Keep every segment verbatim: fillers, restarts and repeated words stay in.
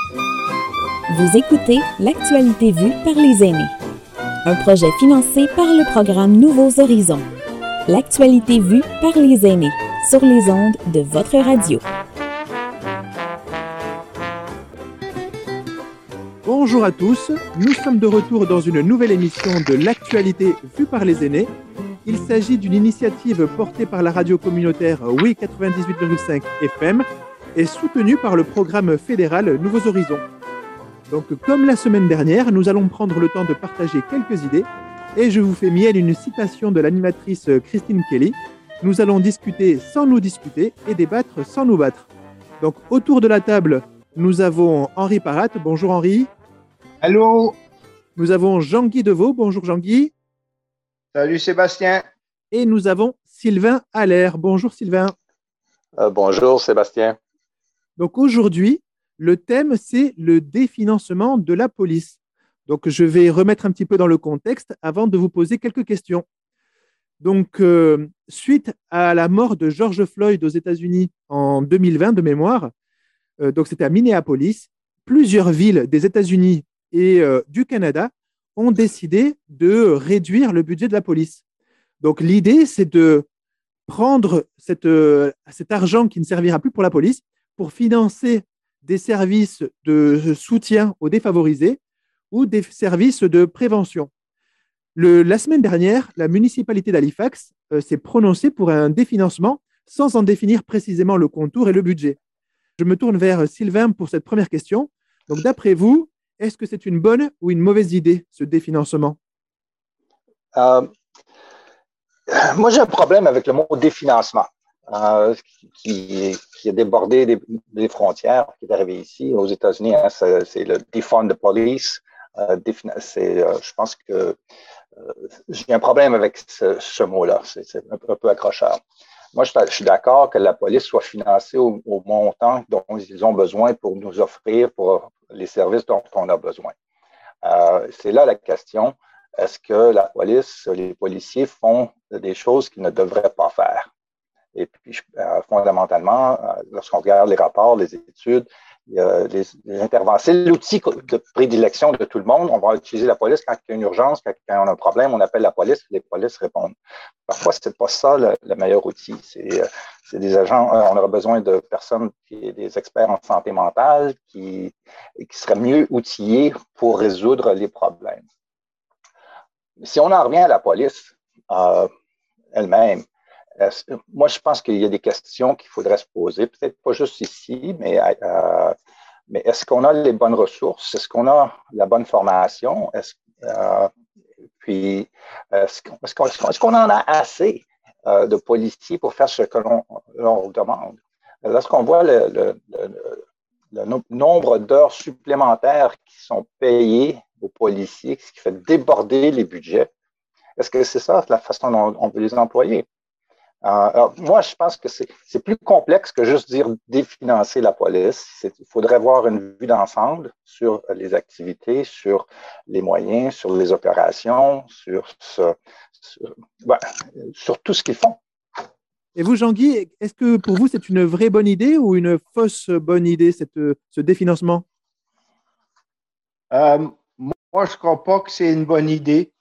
Vous écoutez L'actualité vue par les aînés, un projet financé par le programme Nouveaux Horizons. L'actualité vue par les aînés, sur les ondes de votre radio. Bonjour à tous, nous sommes de retour dans une nouvelle émission de L'actualité vue par les aînés. Il s'agit d'une initiative portée par la radio communautaire Oui quatre-vingt-dix-huit virgule cinq F M et soutenue par le programme fédéral Nouveaux Horizons. Donc, comme la semaine dernière, nous allons prendre le temps de partager quelques idées et je vous fais mienne une citation de l'animatrice Christine Kelly. Nous allons discuter sans nous disputer et débattre sans nous battre. Donc, autour de la table, nous avons Henri Parat. Bonjour Henri. Allô. Nous avons Jean-Guy Deveau. Bonjour Jean-Guy. Salut Sébastien. Et nous avons Sylvain Allaire. Bonjour Sylvain. Euh, bonjour Sébastien. Donc aujourd'hui, le thème, c'est le définancement de la police. Donc, je vais remettre un petit peu dans le contexte avant de vous poser quelques questions. Donc, euh, suite à la mort de George Floyd aux États-Unis en deux mille vingt de mémoire, euh, donc c'était à Minneapolis, plusieurs villes des États-Unis et euh, du Canada ont décidé de réduire le budget de la police. Donc, l'idée, c'est de prendre cette, euh, cet argent qui ne servira plus pour la police pour financer des services de soutien aux défavorisés ou des services de prévention. Le, la semaine dernière, la municipalité d'Halifax euh, s'est prononcée pour un définancement sans en définir précisément le contour et le budget. Je me tourne vers Sylvain pour cette première question. Donc, d'après vous, est-ce que c'est une bonne ou une mauvaise idée, ce définancement? Euh, moi, j'ai un problème avec le mot définancement. Euh, qui, qui a débordé des, des frontières, qui est arrivé ici aux États-Unis. Hein, c'est, c'est le defund the police. Euh, c'est, euh, je pense que euh, j'ai un problème avec ce, ce mot-là. C'est, c'est un, un peu accrocheur. Moi, je, je suis d'accord que la police soit financée au, au montant dont ils ont besoin pour nous offrir pour les services dont on a besoin. Euh, c'est là la question. Est-ce que la police, les policiers font des choses qu'ils ne devraient pas faire? Et puis, euh, fondamentalement, euh, lorsqu'on regarde les rapports, les études, euh, les, les interventions, c'est l'outil de prédilection de tout le monde. On va utiliser la police quand il y a une urgence, quand, quand on a un problème, on appelle la police, les polices répondent. Parfois, ce n'est pas ça le, le meilleur outil. C'est, euh, c'est des agents, euh, on aura besoin de personnes, qui, des experts en santé mentale qui, qui seraient mieux outillés pour résoudre les problèmes. Si on en revient à la police euh, elle-même, moi, je pense qu'il y a des questions qu'il faudrait se poser, peut-être pas juste ici, mais, euh, mais est-ce qu'on a les bonnes ressources? Est-ce qu'on a la bonne formation? Est-ce, euh, puis, est-ce qu'on, est-ce, qu'on, est-ce qu'on en a assez euh, de policiers pour faire ce que l'on, l'on demande? Lorsqu'on voit le, le, le, le nombre d'heures supplémentaires qui sont payées aux policiers, ce qui fait déborder les budgets, est-ce que c'est ça la façon dont on veut les employer? Euh, alors, moi, je pense que c'est, c'est plus complexe que juste dire définancer la police. C'est, il faudrait avoir une vue d'ensemble sur les activités, sur les moyens, sur les opérations, sur, ce, sur, ben, sur tout ce qu'ils font. Et vous, Jean-Guy, est-ce que pour vous, c'est une vraie bonne idée ou une fausse bonne idée, cette, ce définancement? Euh, moi, je ne crois pas que c'est une bonne idée.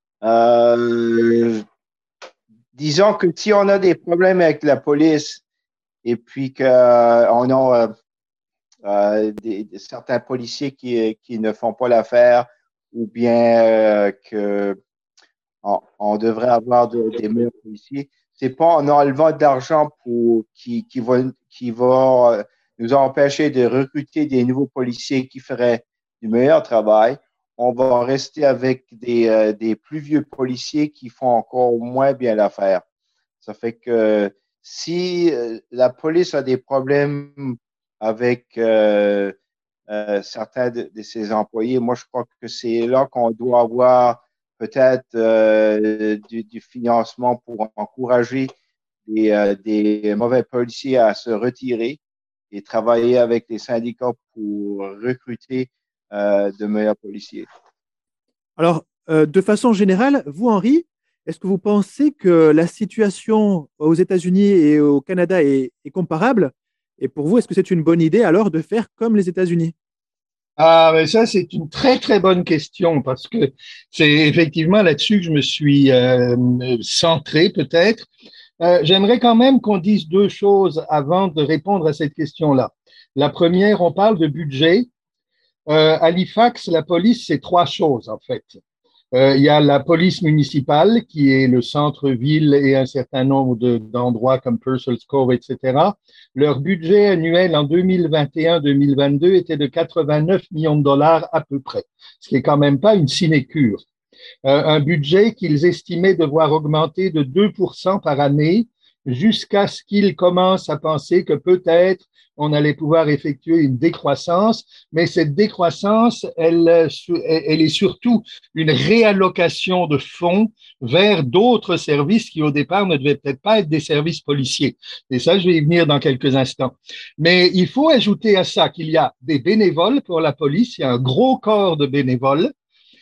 Euh, Disons que si on a des problèmes avec la police et puis qu'on a euh, euh, des, des, certains policiers qui, qui ne font pas l'affaire ou bien euh, qu'on on devrait avoir de, des meilleurs policiers, c'est pas en enlevant de l'argent pour, qui, qui, va, qui va nous empêcher de recruter des nouveaux policiers qui feraient du meilleur travail. On va rester avec des, euh, des plus vieux policiers qui font encore moins bien l'affaire. Ça fait que si euh, la police a des problèmes avec euh, euh, certains de, de ses employés, moi, je crois que c'est là qu'on doit avoir peut-être euh, du, du financement pour encourager des, euh, des mauvais policiers à se retirer et travailler avec les syndicats pour recruter Euh, de meilleurs policiers. Alors, euh, de façon générale, vous, Henri, est-ce que vous pensez que la situation aux États-Unis et au Canada est, est comparable? Et pour vous, est-ce que c'est une bonne idée alors de faire comme les États-Unis? Ah, mais ça, c'est une très, très bonne question parce que c'est effectivement là-dessus que je me suis euh, centré peut-être. Euh, j'aimerais quand même qu'on dise deux choses avant de répondre à cette question-là. La première, on parle de budget. Euh, Halifax, la police, c'est trois choses en fait. Euh, il y a la police municipale qui est le centre-ville et un certain nombre de, d'endroits comme Purcell's Cove, et cetera. Leur budget annuel en deux mille vingt et un deux mille vingt-deux était de quatre-vingt-neuf millions de dollars à peu près, ce qui est quand même pas une sinécure. Euh, un budget qu'ils estimaient devoir augmenter de deux pour cent par année jusqu'à ce qu'ils commencent à penser que peut-être on allait pouvoir effectuer une décroissance, mais cette décroissance, elle, elle est surtout une réallocation de fonds vers d'autres services qui, au départ, ne devaient peut-être pas être des services policiers. Et ça, je vais y venir dans quelques instants. Mais il faut ajouter à ça qu'il y a des bénévoles pour la police, il y a un gros corps de bénévoles,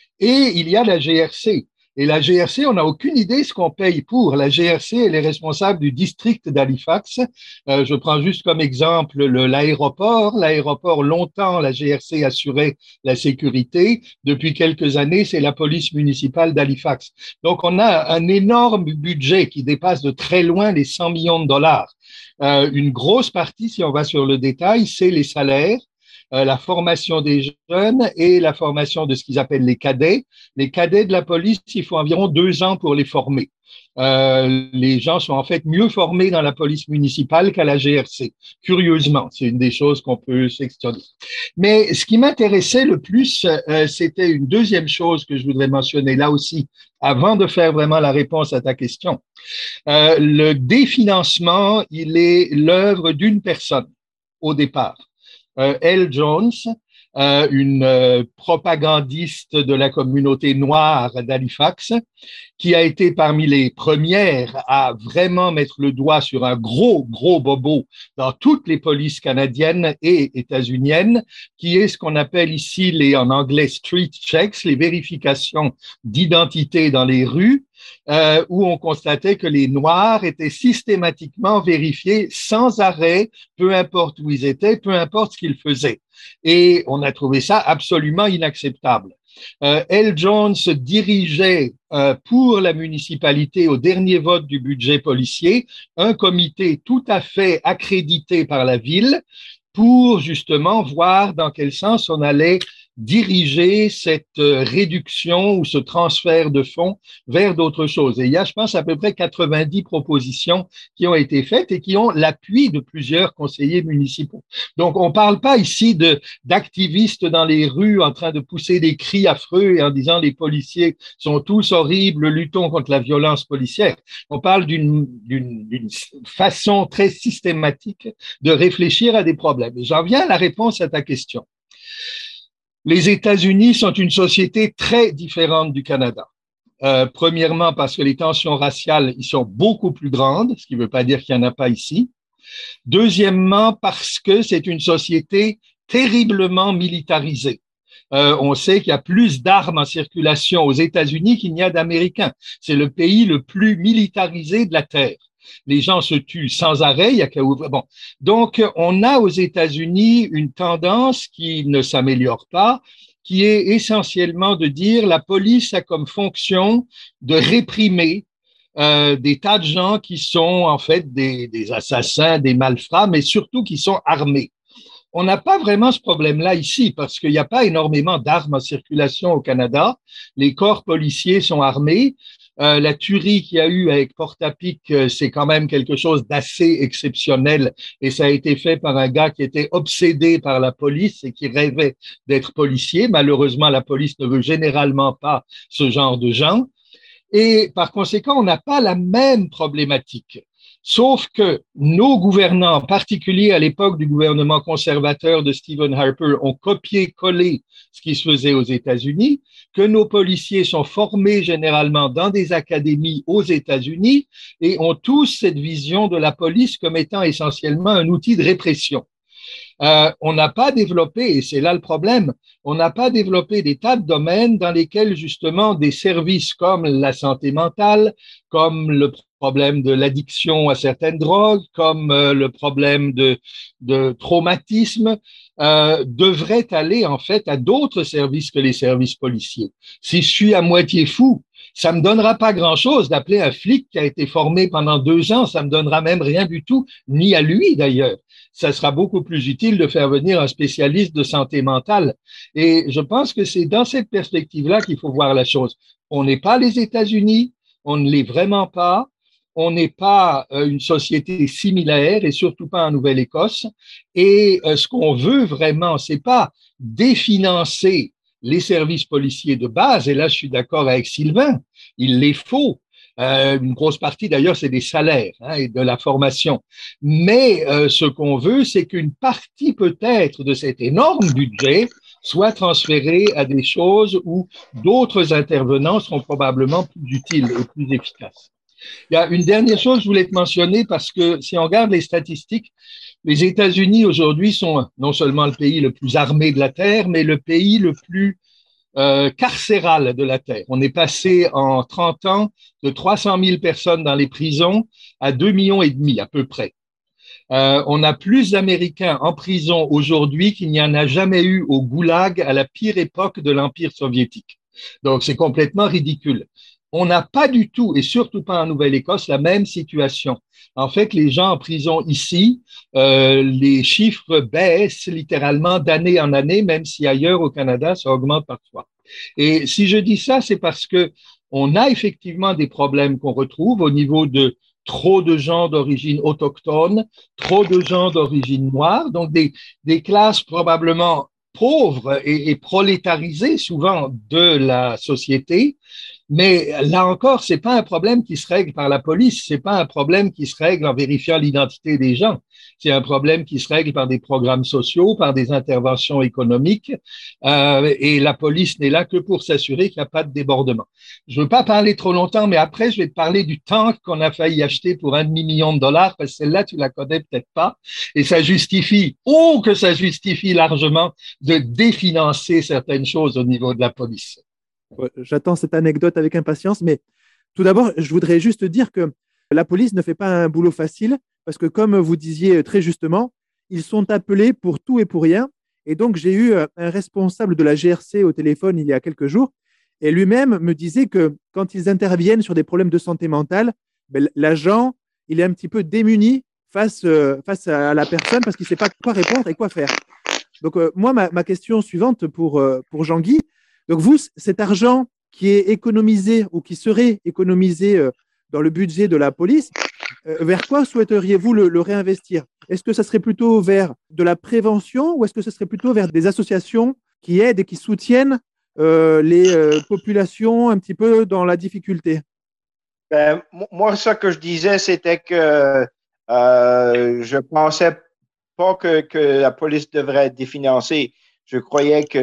et il y a la G R C. Et la G R C, on n'a aucune idée ce qu'on paye pour. La G R C, elle est responsable du district d'Halifax. Euh, je prends juste comme exemple le, l'aéroport. L'aéroport, longtemps, la G R C assurait la sécurité. Depuis quelques années, c'est la police municipale d'Halifax. Donc, on a un énorme budget qui dépasse de très loin les cent millions de dollars. Euh, une grosse partie, si on va sur le détail, c'est les salaires. Euh, la formation des jeunes et la formation de ce qu'ils appellent les cadets. Les cadets de la police, il faut environ deux ans pour les former. Euh, les gens sont en fait mieux formés dans la police municipale qu'à la G R C. Curieusement, c'est une des choses qu'on peut s'extraire. Mais ce qui m'intéressait le plus, euh, c'était une deuxième chose que je voudrais mentionner là aussi, avant de faire vraiment la réponse à ta question. Euh, le définancement, il est l'œuvre d'une personne au départ. Euh, Elle Jones, euh, une euh, propagandiste de la communauté noire d'Halifax, qui a été parmi les premières à vraiment mettre le doigt sur un gros, gros bobo dans toutes les polices canadiennes et états-uniennes, qui est ce qu'on appelle ici les, en anglais, street checks, les vérifications d'identité dans les rues, euh, où on constatait que les Noirs étaient systématiquement vérifiés sans arrêt, peu importe où ils étaient, peu importe ce qu'ils faisaient. Et on a trouvé ça absolument inacceptable. Euh, Elle Jones dirigeait euh, pour la municipalité au dernier vote du budget policier un comité tout à fait accrédité par la ville pour justement voir dans quel sens on allait diriger cette réduction ou ce transfert de fonds vers d'autres choses. Et il y a, je pense, à peu près quatre-vingt-dix propositions qui ont été faites et qui ont l'appui de plusieurs conseillers municipaux. Donc, on ne parle pas ici de, d'activistes dans les rues en train de pousser des cris affreux et en disant les policiers sont tous horribles, luttons contre la violence policière. On parle d'une, d'une, d'une façon très systématique de réfléchir à des problèmes. Et j'en viens à la réponse à ta question. Les États-Unis sont une société très différente du Canada. Euh, premièrement, parce que les tensions raciales y sont beaucoup plus grandes, ce qui ne veut pas dire qu'il n'y en a pas ici. Deuxièmement, parce que c'est une société terriblement militarisée. Euh, on sait qu'il y a plus d'armes en circulation aux États-Unis qu'il n'y a d'Américains. C'est le pays le plus militarisé de la Terre. Les gens se tuent sans arrêt, il y a qu'à ouvrir. Bon. Donc, on a aux États-Unis une tendance qui ne s'améliore pas, qui est essentiellement de dire la police a comme fonction de réprimer euh, des tas de gens qui sont en fait des, des assassins, des malfrats, mais surtout qui sont armés. On n'a pas vraiment ce problème-là ici parce qu'il n'y a pas énormément d'armes en circulation au Canada. Les corps policiers sont armés. Euh, la tuerie qu'il y a eu avec Portapique, euh, c'est quand même quelque chose d'assez exceptionnel et ça a été fait par un gars qui était obsédé par la police et qui rêvait d'être policier. Malheureusement, la police ne veut généralement pas ce genre de gens et par conséquent, on n'a pas la même problématique. Sauf que nos gouvernants, en particulier à l'époque du gouvernement conservateur de Stephen Harper, ont copié-collé ce qui se faisait aux États-Unis, que nos policiers sont formés généralement dans des académies aux États-Unis et ont tous cette vision de la police comme étant essentiellement un outil de répression. Euh, on n'a pas développé, et c'est là le problème, on n'a pas développé des tas de domaines dans lesquels justement des services comme la santé mentale, comme le problème de l'addiction à certaines drogues, comme euh, le problème de, de traumatisme, euh, devrait aller en fait à d'autres services que les services policiers. Si je suis à moitié fou, ça me donnera pas grand-chose d'appeler un flic qui a été formé pendant deux ans, ça me donnera même rien du tout, ni à lui d'ailleurs. Ça sera beaucoup plus utile de faire venir un spécialiste de santé mentale. Et je pense que c'est dans cette perspective-là qu'il faut voir la chose. On n'est pas les États-Unis, on ne l'est vraiment pas. On n'est pas euh, une société similaire et surtout pas en Nouvelle-Écosse. Et euh, ce qu'on veut vraiment, c'est pas définancer les services policiers de base. Et là, je suis d'accord avec Sylvain, il les faut. Euh, une grosse partie, d'ailleurs, c'est des salaires hein, et de la formation. Mais euh, ce qu'on veut, c'est qu'une partie peut-être de cet énorme budget soit transférée à des choses où d'autres intervenants seront probablement plus utiles et plus efficaces. Il y a une dernière chose que je voulais te mentionner parce que si on regarde les statistiques, les États-Unis aujourd'hui sont non seulement le pays le plus armé de la Terre, mais le pays le plus euh, carcéral de la Terre. On est passé en trente ans de trois cent mille personnes dans les prisons à deux millions et demi à peu près. Euh, on a plus d'Américains en prison aujourd'hui qu'il n'y en a jamais eu au Goulag à la pire époque de l'Empire soviétique. Donc c'est complètement ridicule. On n'a pas du tout, et surtout pas en Nouvelle-Écosse, la même situation. En fait, les gens en prison ici, euh, les chiffres baissent littéralement d'année en année, même si ailleurs au Canada, ça augmente parfois. Et si je dis ça, c'est parce que on a effectivement des problèmes qu'on retrouve au niveau de trop de gens d'origine autochtone, trop de gens d'origine noire, donc des, des classes probablement pauvres et, et prolétarisées souvent de la société. Mais là encore, c'est pas un problème qui se règle par la police, c'est pas un problème qui se règle en vérifiant l'identité des gens. C'est un problème qui se règle par des programmes sociaux, par des interventions économiques, euh, et la police n'est là que pour s'assurer qu'il n'y a pas de débordement. Je veux pas parler trop longtemps, mais après, je vais te parler du tank qu'on a failli acheter pour un demi-million de dollars, parce que celle-là, tu la connais peut-être pas, et ça justifie, oh que ça justifie largement de définancer certaines choses au niveau de la police. J'attends cette anecdote avec impatience, mais tout d'abord, je voudrais juste dire que la police ne fait pas un boulot facile parce que, comme vous disiez très justement, ils sont appelés pour tout et pour rien. Et donc, j'ai eu un responsable de la G R C au téléphone il y a quelques jours et lui-même me disait que quand ils interviennent sur des problèmes de santé mentale, ben, l'agent, il est un petit peu démuni face, euh, face à la personne parce qu'il ne sait pas quoi répondre et quoi faire. Donc, euh, moi, ma, ma question suivante pour, euh, pour Jean-Guy, donc vous, cet argent qui est économisé ou qui serait économisé euh, dans le budget de la police, euh, vers quoi souhaiteriez-vous le, le réinvestir? Est-ce que ça serait plutôt vers de la prévention ou est-ce que ce serait plutôt vers des associations qui aident et qui soutiennent euh, les euh, populations un petit peu dans la difficulté? Ben, moi, ce que je disais, c'était que euh, je pensais pas que, que la police devrait être définancée. Je croyais qu'on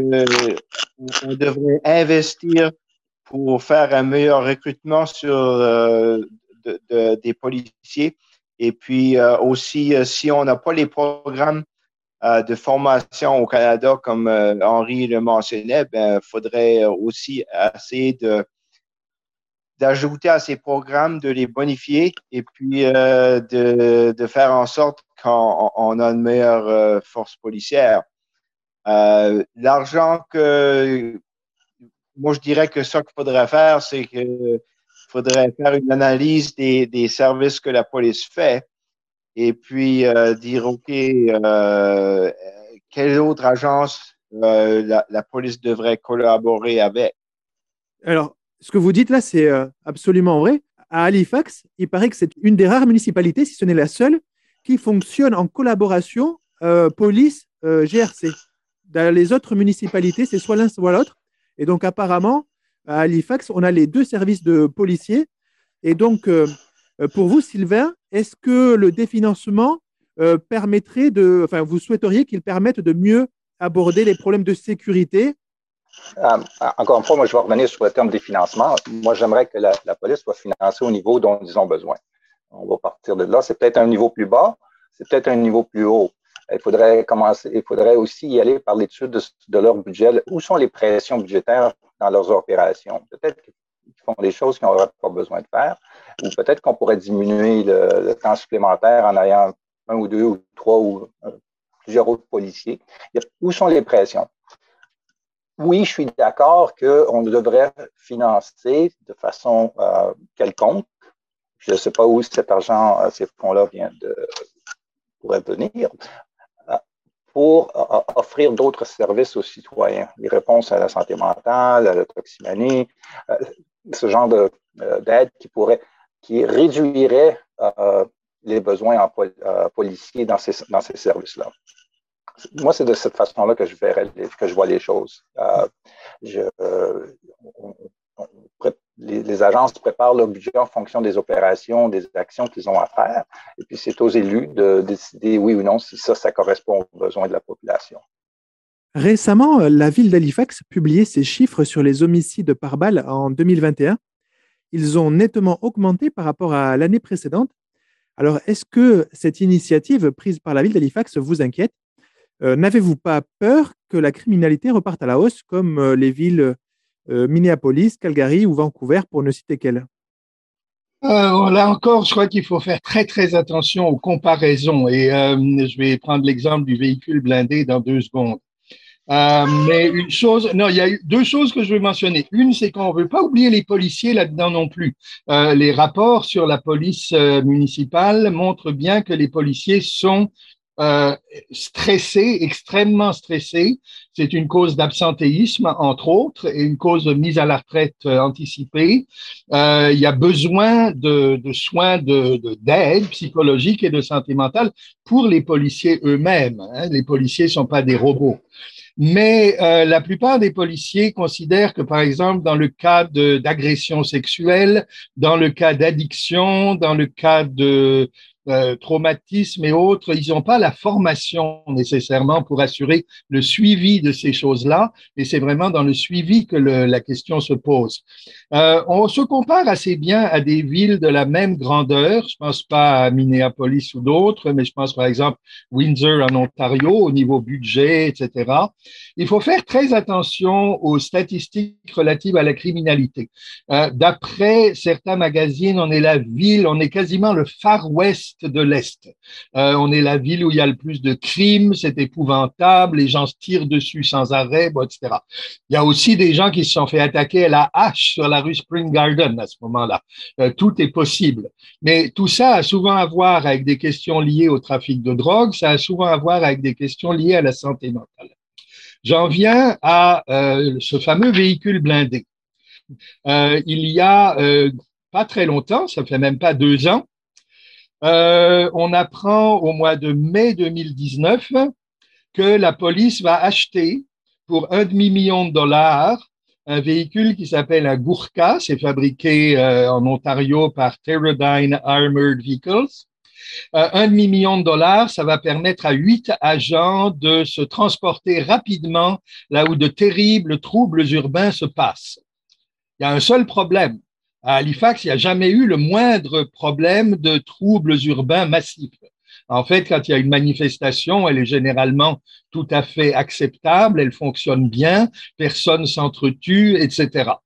devrait investir pour faire un meilleur recrutement sur euh, de, de, des policiers. Et puis euh, aussi, euh, si on n'a pas les programmes euh, de formation au Canada, comme euh, Henri le mentionnait, ben, faudrait aussi essayer de d'ajouter à ces programmes, de les bonifier et puis euh, de, de faire en sorte qu'on on a une meilleure euh, force policière. Euh, l'argent que, moi je dirais que ce qu'il faudrait faire, c'est qu'il faudrait faire une analyse des, des services que la police fait et puis euh, dire, OK, euh, quelle autre agence euh, la, la police devrait collaborer avec? Alors, ce que vous dites là, c'est euh, absolument vrai. À Halifax, il paraît que c'est une des rares municipalités, si ce n'est la seule, qui fonctionne en collaboration euh, police-G R C. Dans les autres municipalités, c'est soit l'un, soit l'autre. Et donc, apparemment, à Halifax, on a les deux services de policiers. Et donc, euh, pour vous, Sylvain, est-ce que le définancement euh, permettrait de, enfin, vous souhaiteriez qu'il permette de mieux aborder les problèmes de sécurité? Euh, encore une fois, moi, je vais revenir sur le terme des financements. Moi, j'aimerais que la, la police soit financée au niveau dont ils ont besoin. On va partir de là. C'est peut-être un niveau plus bas, c'est peut-être un niveau plus haut. Il faudrait commencer, il faudrait aussi y aller par l'étude de, de leur budget. Où sont les pressions budgétaires dans leurs opérations? Peut-être qu'il font des choses qu'on n'aurait pas besoin de faire, ou peut-être qu'on pourrait diminuer le, le temps supplémentaire en ayant un ou deux ou trois ou euh, plusieurs autres policiers. Où sont les pressions? Oui, je suis d'accord qu'on devrait financer de façon euh, quelconque. Je ne sais pas où cet argent, ces fonds-là viennent de, pourraient venir, pour euh, offrir d'autres services aux citoyens, les réponses à la santé mentale, à la toxicomanie, euh, ce genre de, euh, d'aide qui pourrait, qui réduirait euh, les besoins en pol- euh, policiers dans ces, dans ces services-là. Moi, c'est de cette façon-là que je verrais, que je vois les choses. Euh, je, euh, on, on, les, les agences préparent leur budget en fonction des opérations, des actions qu'ils ont à faire, et puis c'est aux élus de décider oui ou non si ça, ça correspond aux besoins de la population. Récemment, la ville d'Halifax publiait ses chiffres sur les homicides par balle en deux mille vingt et un. Ils ont nettement augmenté par rapport à l'année précédente. Alors, est-ce que cette initiative prise par la ville d'Halifax vous inquiète? Euh, n'avez-vous pas peur que la criminalité reparte à la hausse comme euh, les villes euh, Minneapolis, Calgary ou Vancouver, pour ne citer qu'elles? Euh, là encore, je crois qu'il faut faire très très attention aux comparaisons et euh, je vais prendre l'exemple du véhicule blindé dans deux secondes. Euh, mais une chose, non, il y a deux choses que je veux mentionner. Une, c'est qu'on ne veut pas oublier les policiers là-dedans non plus. Euh, les rapports sur la police euh, municipale montrent bien que les policiers sont euh, stressés, extrêmement stressés. C'est une cause d'absentéisme, entre autres, et une cause de mise à la retraite euh, anticipée. Euh, il y a besoin de, de soins de, de, d'aide psychologique et de santé mentale pour les policiers eux-mêmes. Hein. Les policiers ne sont pas des robots. Mais euh, la plupart des policiers considèrent que, par exemple, dans le cas de, d'agression sexuelle, dans le cas d'addiction, dans le cas de euh, traumatisme et autres, ils n'ont pas la formation nécessairement pour assurer le suivi de ces choses-là. Et c'est vraiment dans le suivi que le, la question se pose. Euh, on se compare assez bien à des villes de la même grandeur. Je pense pas à Minneapolis ou d'autres, mais je pense par exemple Windsor en Ontario au niveau budget, et cetera. Il faut faire très attention aux statistiques relatives à la criminalité. Euh, d'après certains magazines, on est la ville, on est quasiment le Far West de l'Est. Euh, on est la ville où il y a le plus de crimes, c'est épouvantable, les gens se tirent dessus sans arrêt, bon, et cetera. Il y a aussi des gens qui se sont fait attaquer à la hache sur la rue Spring Garden à ce moment-là. Euh, tout est possible. Mais tout ça a souvent à voir avec des questions liées au trafic de drogue, ça a souvent à voir avec des questions liées à la santé mentale. J'en viens à euh, ce fameux véhicule blindé. Euh, il y a euh, pas très longtemps, ça fait même pas deux ans, euh, on apprend au mois de mai deux mille dix-neuf que la police va acheter pour un demi-million de dollars un véhicule qui s'appelle un Gurkha, c'est fabriqué euh, en Ontario par Teradyne Armored Vehicles. Euh, un demi-million de dollars, ça va permettre à huit agents de se transporter rapidement là où de terribles troubles urbains se passent. Il y a un seul problème. À Halifax, il n'y a jamais eu le moindre problème de troubles urbains massifs. En fait, quand il y a une manifestation, elle est généralement tout à fait acceptable, elle fonctionne bien, personne s'entretue, et cetera.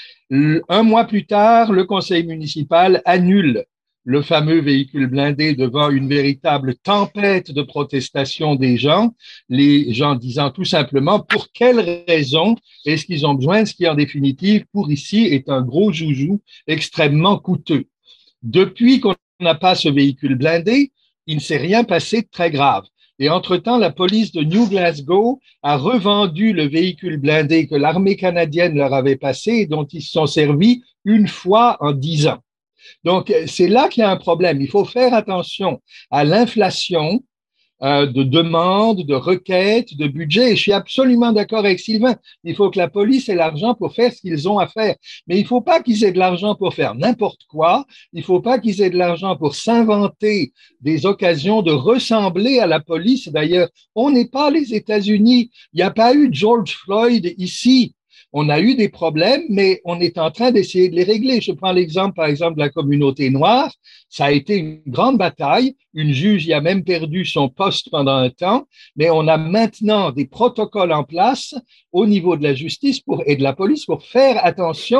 Un mois plus tard, le conseil municipal annule le fameux véhicule blindé devant une véritable tempête de protestation des gens, les gens disant tout simplement pour quelles raisons est-ce qu'ils ont besoin de ce qui, en définitive, pour ici, est un gros joujou extrêmement coûteux. Depuis qu'on n'a pas ce véhicule blindé, il ne s'est rien passé de très grave. Et entre-temps, la police de New Glasgow a revendu le véhicule blindé que l'armée canadienne leur avait passé et dont ils se sont servis une fois en dix ans. Donc, c'est là qu'il y a un problème. Il faut faire attention à l'inflation euh, de demandes, de requêtes, de budget. Et je suis absolument d'accord avec Sylvain. Il faut que la police ait l'argent pour faire ce qu'ils ont à faire. Mais il ne faut pas qu'ils aient de l'argent pour faire n'importe quoi. Il ne faut pas qu'ils aient de l'argent pour s'inventer des occasions de ressembler à la police. D'ailleurs, on n'est pas les États-Unis. Il n'y a pas eu George Floyd ici. On a eu des problèmes, mais on est en train d'essayer de les régler. Je prends l'exemple, par exemple, de la communauté noire. Ça a été une grande bataille. Une juge y a même perdu son poste pendant un temps, mais on a maintenant des protocoles en place au niveau de la justice pour, et de la police pour faire attention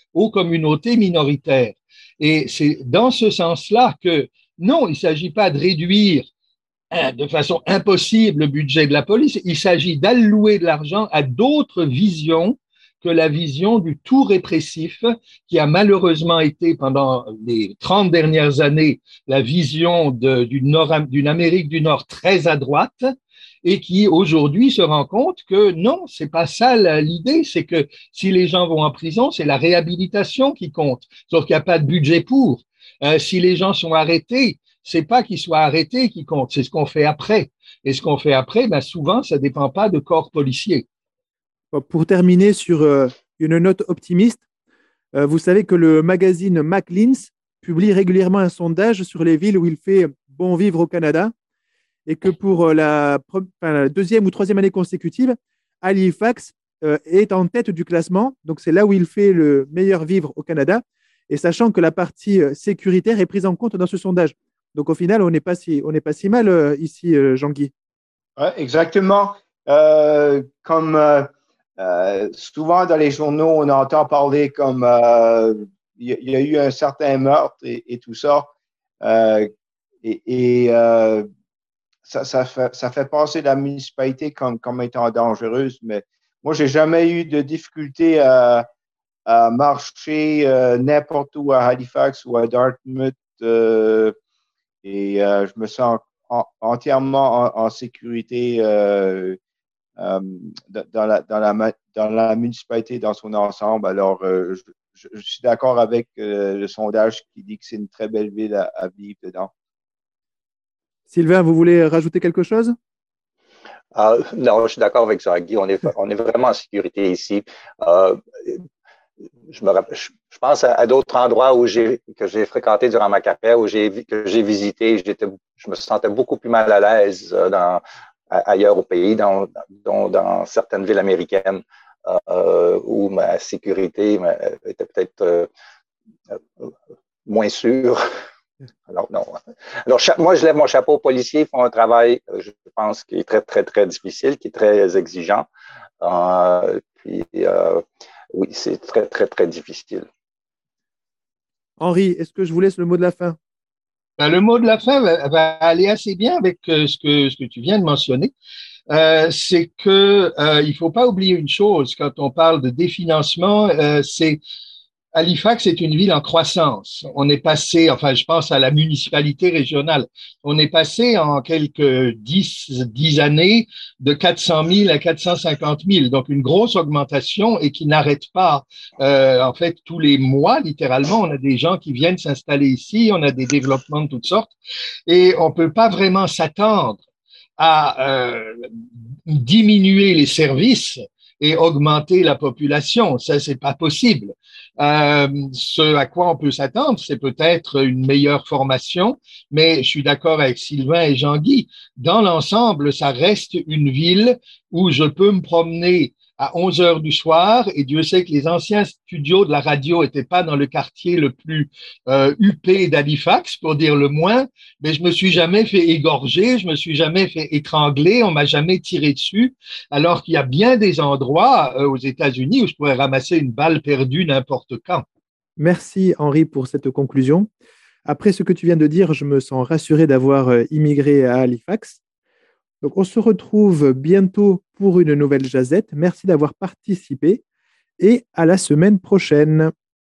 aux communautés minoritaires. Et c'est dans ce sens-là que, non, il ne s'agit pas de réduire de façon impossible le budget de la police, il s'agit d'allouer de l'argent à d'autres visions que la vision du tout répressif qui a malheureusement été pendant les trente dernières années la vision de, d'une, Nord, d'une Amérique du Nord très à droite et qui aujourd'hui se rend compte que non, c'est pas ça l'idée, c'est que si les gens vont en prison, c'est la réhabilitation qui compte, sauf qu'il n'y a pas de budget pour. Euh, si les gens sont arrêtés, c'est pas qu'ils soient arrêtés qui compte, c'est ce qu'on fait après. Et ce qu'on fait après, ben souvent, ça dépend pas de corps policiers. Pour terminer sur euh, une note optimiste, euh, vous savez que le magazine Maclean's publie régulièrement un sondage sur les villes où il fait bon vivre au Canada et que pour la, enfin, la deuxième ou troisième année consécutive, Halifax euh, est en tête du classement. Donc, c'est là où il fait le meilleur vivre au Canada. Et sachant que la partie sécuritaire est prise en compte dans ce sondage. Donc, au final, on n'est pas si, on n'est pas si mal euh, ici, euh, Jean-Guy. Ouais, exactement. Euh, comme euh, euh, souvent dans les journaux, on entend parler comme il euh, y, y a eu un certain meurtre et, et tout ça. Euh, et et euh, ça, ça, fait, ça fait passer la municipalité comme, comme étant dangereuse. Mais moi, j'ai jamais eu de difficulté à, à marcher euh, n'importe où à Halifax ou à Dartmouth. Euh, Et euh, je me sens en, entièrement en, en sécurité euh, euh, dans, la, dans, la, dans la municipalité dans son ensemble. Alors, euh, je, je, je suis d'accord avec euh, le sondage qui dit que c'est une très belle ville à, à vivre dedans. Sylvain, vous voulez rajouter quelque chose? Euh, non, je suis d'accord avec Jean-Guy. On est, on est vraiment en sécurité ici. Euh, Je, me, je pense à, à d'autres endroits où j'ai, que j'ai fréquenté durant ma carrière, où j'ai, que j'ai visité, j'étais, je me sentais beaucoup plus mal à l'aise dans, ailleurs au pays, dans, dans, dans certaines villes américaines, euh, où ma sécurité était peut-être euh, moins sûre. Alors, non. Alors, moi, je lève mon chapeau aux policiers, ils font un travail, je pense, qui est très, très, très difficile, qui est très exigeant. Euh, puis, euh, oui, c'est très, très, très difficile. Henri, est-ce que je vous laisse le mot de la fin? Ben, le mot de la fin va, va aller assez bien avec euh, ce, que, ce que tu viens de mentionner. Euh, c'est que euh, il faut pas oublier une chose quand on parle de définancement, euh, c'est Halifax est une ville en croissance. On est passé, enfin, je pense à la municipalité régionale, on est passé en quelques dix, dix années de quatre cent mille à quatre cent cinquante mille. Donc, une grosse augmentation et qui n'arrête pas. Euh, en fait, tous les mois, littéralement, on a des gens qui viennent s'installer ici, on a des développements de toutes sortes et on peut pas vraiment s'attendre à euh, diminuer les services et augmenter la population. Ça, c'est pas possible. Euh, ce à quoi on peut s'attendre, c'est peut-être une meilleure formation, mais je suis d'accord avec Sylvain et Jean-Guy. Dans l'ensemble, ça reste une ville où je peux me promener à onze heures du soir, et Dieu sait que les anciens studios de la radio n'étaient pas dans le quartier le plus euh, huppé d'Halifax, pour dire le moins, mais je me suis jamais fait égorger, je me suis jamais fait étrangler, on m'a jamais tiré dessus, alors qu'il y a bien des endroits euh, aux États-Unis où je pourrais ramasser une balle perdue n'importe quand. Merci Henri pour cette conclusion. Après ce que tu viens de dire, je me sens rassuré d'avoir immigré à Halifax. Donc, on se retrouve bientôt pour une nouvelle jazette. Merci d'avoir participé et à la semaine prochaine.